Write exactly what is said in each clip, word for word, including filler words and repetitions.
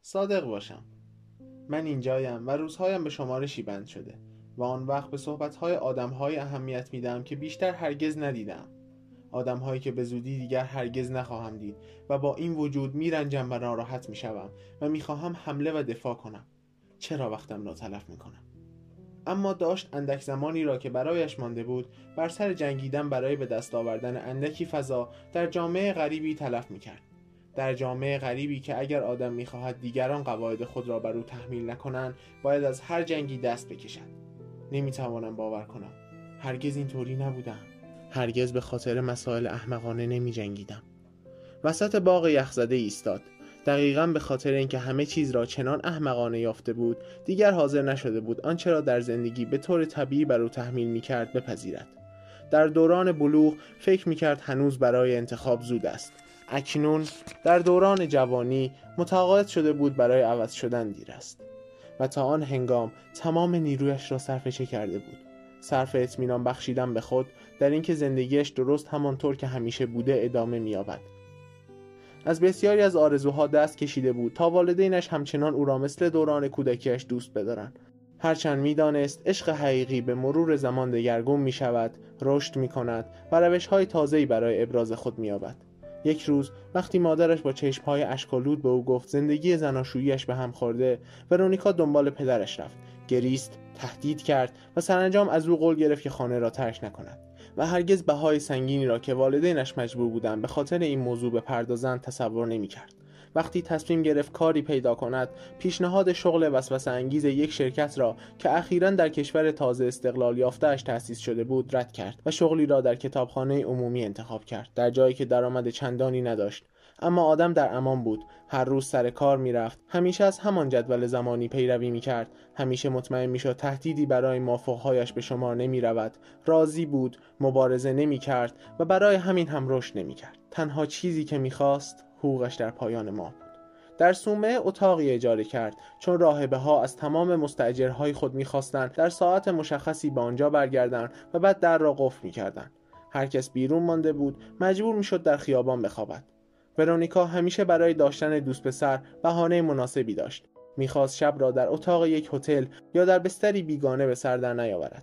صادق باشم. من اینجایم و روزهایم به شمارشی بند شده و آن وقت به صحبتهای آدمهای اهمیت میدم که بیشتر هرگز ندیدم. آدمهایی که به زودی دیگر هرگز نخواهم دید و با این وجود میرنجم و ناراحت میشوم و میخواهم حمله و دفاع کنم. چرا وقتم را تلف میکنم؟ اما داشت اندک زمانی را که برایش مانده بود بر سر جنگیدن برای به دست آوردن اندکی فضا در جامعه غریبی تلف میکرد. در جامعه غریبی که اگر آدم میخواهد دیگران قواعد خود را بر او تحمیل نکنند باید از هر جنگی دست بکشد. نمیتوانم باور کنم. هرگز اینطوری نبودم. هرگز به خاطر مسائل احمقانه نمی جنگیدم. وسط باغ یخزده ایستاد. دقیقاً به خاطر اینکه همه چیز را چنان احمقانه یافته بود دیگر حاضر نشده بود آنچه را در زندگی به طور طبیعی بر او تحمیل می‌کرد بپذیرد. در دوران بلوغ فکر می‌کرد هنوز برای انتخاب زود است. اکنون در دوران جوانی متقاعد شده بود برای عوض شدن دیر است. و تا آن هنگام تمام نیرویش را صرف چه کرده بود؟ صرف اطمینان بخشیدن به خود در اینکه زندگیش درست همانطور که همیشه بوده ادامه می‌یابد. از بسیاری از آرزوها دست کشیده بود تا والدینش همچنان او را مثل دوران کودکیش دوست بدارند. هرچند می‌دانست عشق حقیقی به مرور زمان دگرگون می‌شود، رشد می‌کند و روش‌های تازه‌ای برای ابراز خود می‌یابد. یک روز وقتی مادرش با چشم‌های اشک‌آلود به او گفت زندگی زناشویی‌اش به هم خورده، ورونیکا دنبال پدرش رفت. گریست، تهدید کرد و سرانجام از او قول گرفت که خانه را ترک نکند و هرگز بهای سنگینی را که والدینش مجبور بودند به خاطر این موضوع بپردازند تصور نمی‌کرد. وقتی تصمیم گرفت کاری پیدا کند، پیشنهاد شغل وسوسه انگیز یک شرکت را که اخیراً در کشور تازه استقلال یافته‌اش تأسیس شده بود رد کرد و شغلی را در کتابخانه عمومی انتخاب کرد، در جایی که درآمد چندانی نداشت. اما آدم در امان بود. هر روز سر کار میرفت، همیشه از همان جدول زمانی پیروی میکرد، همیشه مطمئن میشد تهدیدی برای موافقهایش به شمار نمیرود، راضی بود، مبارزه نمیکرد و برای همین هم رشد نمیکرد. تنها چیزی که میخواست حقوقش در پایان ماه بود. در صومعه اتاقی اجاره کرد، چون راهبه ها از تمام مستاجرهای خود میخواستند در ساعت مشخصی به آنجا برگردند و بعد در را قفل میکردند. هر کس بیرون مانده بود مجبور میشد در خیابان بخوابد. ورونیکا همیشه برای داشتن دوست پسر بهانه مناسبی داشت. میخواست شب را در اتاق یک هتل یا در بستری بیگانه به سر در نیاورد.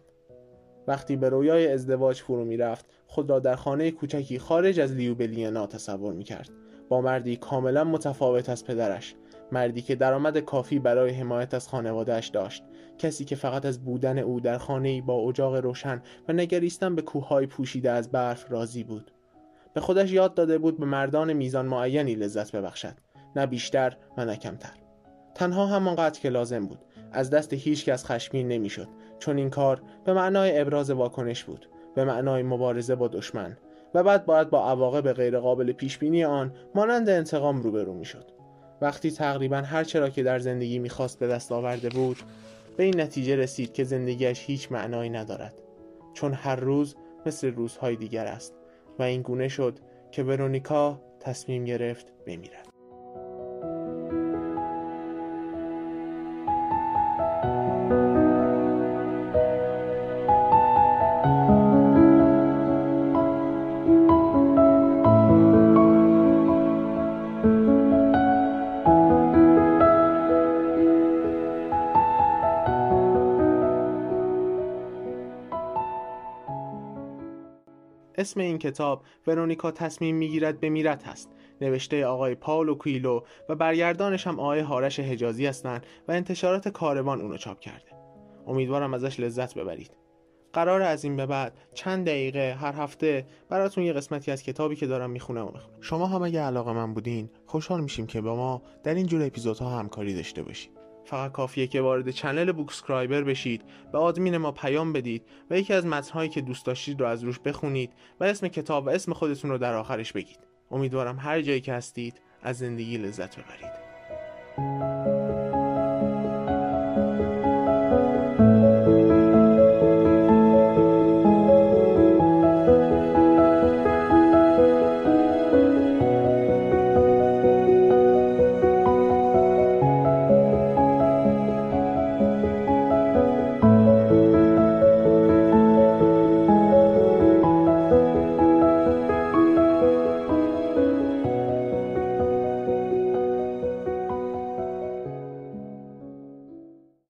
وقتی به رویای ازدواج فرو میرفت، خود را در خانه کوچکی خارج از لیوبلیانا تصور میکرد، با مردی کاملا متفاوت از پدرش، مردی که درآمد کافی برای حمایت از خانواده‌اش داشت، کسی که فقط از بودن او در خانه‌ای با اجاق روشن و نگریستن به کوههای پوشیده از برف راضی بود. به خودش یاد داده بود به مردان میزان معینی لذت ببخشد، نه بیشتر و نه کمتر. تنها همانقدر که لازم بود. از دست هیچ کس خشمگین نمیشد، چون این کار به معنای ابراز واکنش بود، به معنای مبارزه با دشمن، و بعد باید با عواقب غیر قابل پیش بینی آن مانند انتقام روبرو میشد. وقتی تقریبا هر چرا که در زندگی میخواست به دست آورده بود، به این نتیجه رسید که زندگیش هیچ معنایی ندارد، چون هر روز مثل روزهای دیگر است. و این گونه شد که ورونیکا تصمیم گرفت بمیرد. اسم این کتاب ورونیکا تصمیم میگیرد بمیرد هست، نوشته آقای پائولو کوئلو و برگردانش هم آقای هارش حجازی هستند و انتشارات کاروان اونو چاپ کرده. امیدوارم ازش لذت ببرید. قرار از این به بعد چند دقیقه هر هفته براتون یه قسمتی از کتابی که دارم میخونم و میخونم. شما هم اگه علاقه‌مند بودین خوشحال میشیم که با ما در این جور اپیزودها همکاری داشته باشید. فقط کافیه که وارد چنل بوکسکرایبر بشید، به آدمین ما پیام بدید و یکی از متن‌هایی که دوست داشتید رو از روش بخونید و اسم کتاب و اسم خودتون رو در آخرش بگید. امیدوارم هر جایی که هستید از زندگی لذت ببرید.